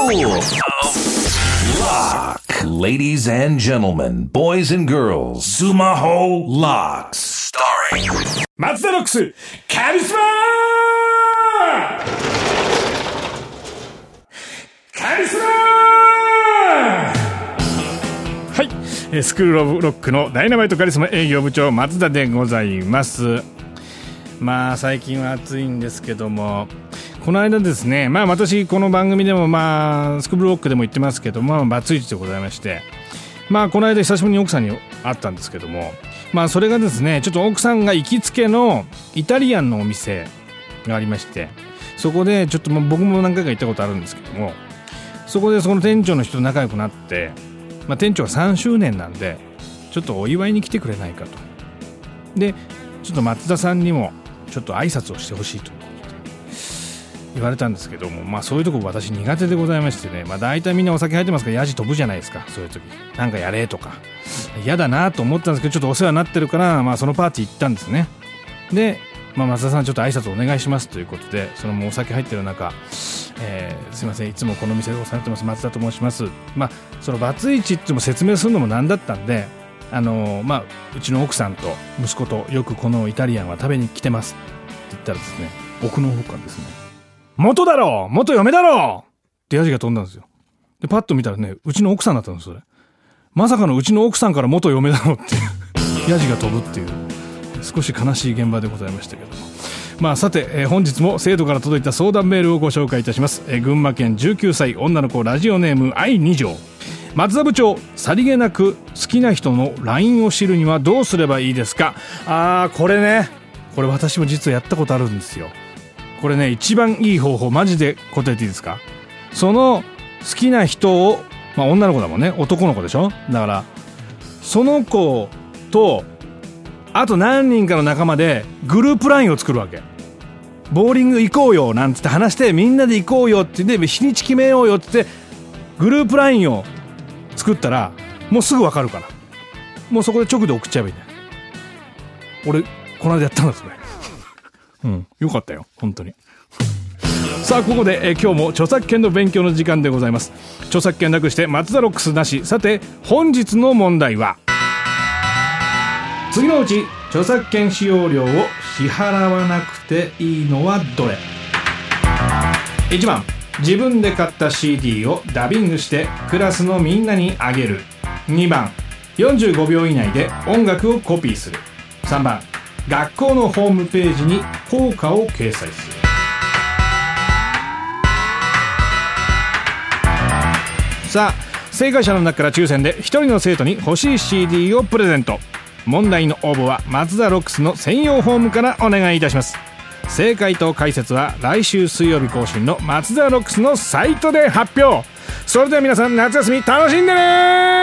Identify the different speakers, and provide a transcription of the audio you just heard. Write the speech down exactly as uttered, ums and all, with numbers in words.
Speaker 1: Lock. Ladies and gentlemen, boys and girls, Sumaho Locks. Starring
Speaker 2: 松田ロックスカリスマカリスマはい、スクールオブロックのダイナマイトカリスマ営業部長松田でございます。まあ最近は暑いんですけども、この間ですね、まあ私この番組でもまあスクールロックでも言ってますけど、まあバツイチでございまして、まあこの間久しぶりに奥さんに会ったんですけども、まあそれがですね、ちょっと奥さんが行きつけのイタリアンのお店がありまして、そこでちょっともう僕も何回か行ったことあるんですけども、そこでその店長の人と仲良くなって、まあ、店長がさんしゅうねんなんでちょっとお祝いに来てくれないかと。でちょっと松田さんにもちょっと挨拶をしてほしいと言われたんですけども、まあそういうとこ私苦手でございましてね、まあ大体みんなお酒入ってますからヤジ飛ぶじゃないですか。そういう時なんかやれとか嫌だなと思ったんですけど、ちょっとお世話になってるから、まあそのパーティー行ったんですね。で、まあ、松田さんちょっと挨拶お願いしますということで、そのもうお酒入ってる中、えー、すいませんいつもこの店でお世話になってます松田と申します。まあそのバツイチっても説明するのもなんだったんで、あのー、まあうちの奥さんと息子とよくこのイタリアンは食べに来てますって言ったらですね、奥の方からですね、元だろう元嫁だろうってヤジが飛んだんですよ。でパッと見たらね、うちの奥さんだったんです。それまさかのうちの奥さんから元嫁だろうっていうヤジが飛ぶっていう少し悲しい現場でございましたけども、まあさて、えー、本日も生徒から届いた相談メールをご紹介いたします。えー、群馬県じゅうきゅうさい女の子ラジオネーム愛に条。松田部長、さりげなく好きな人の ライン を知るにはどうすればいいですか。あーこれね、これ私も実はやったことあるんですよ。これね一番いい方法、マジで答えていいですか。その好きな人を、まあ女の子だもんね、男の子でしょ。だからその子とあと何人かの仲間でグループ ライン を作るわけ。ボーリング行こうよなんつって話して、みんなで行こうよって言って日にち決めようよって言ってグループ ライン を作ったらもうすぐ分かるから、もうそこで直で送っちゃえばいいんだよ。俺この間やったんですねうんよかったよ本当に。さあここでえ今日も著作権の勉強の時間でございます。著作権なくして松田ロックスなし。さて本日の問題は、次のうち著作権使用料を支払わなくていいのはどれ。いちばん、自分で買った シーディー をダビングしてクラスのみんなにあげる。にばん、よんじゅうごびょう以内で音楽をコピーする。さんばん、学校のホームページに効果を掲載する。さあ正解者の中から抽選でひとりの生徒に欲しい シーディー をプレゼント。問題の応募は松田ロックスの専用フォームからお願いいたします。正解と解説は来週水曜日更新の松田ロックスのサイトで発表。それでは皆さん夏休み楽しんでね。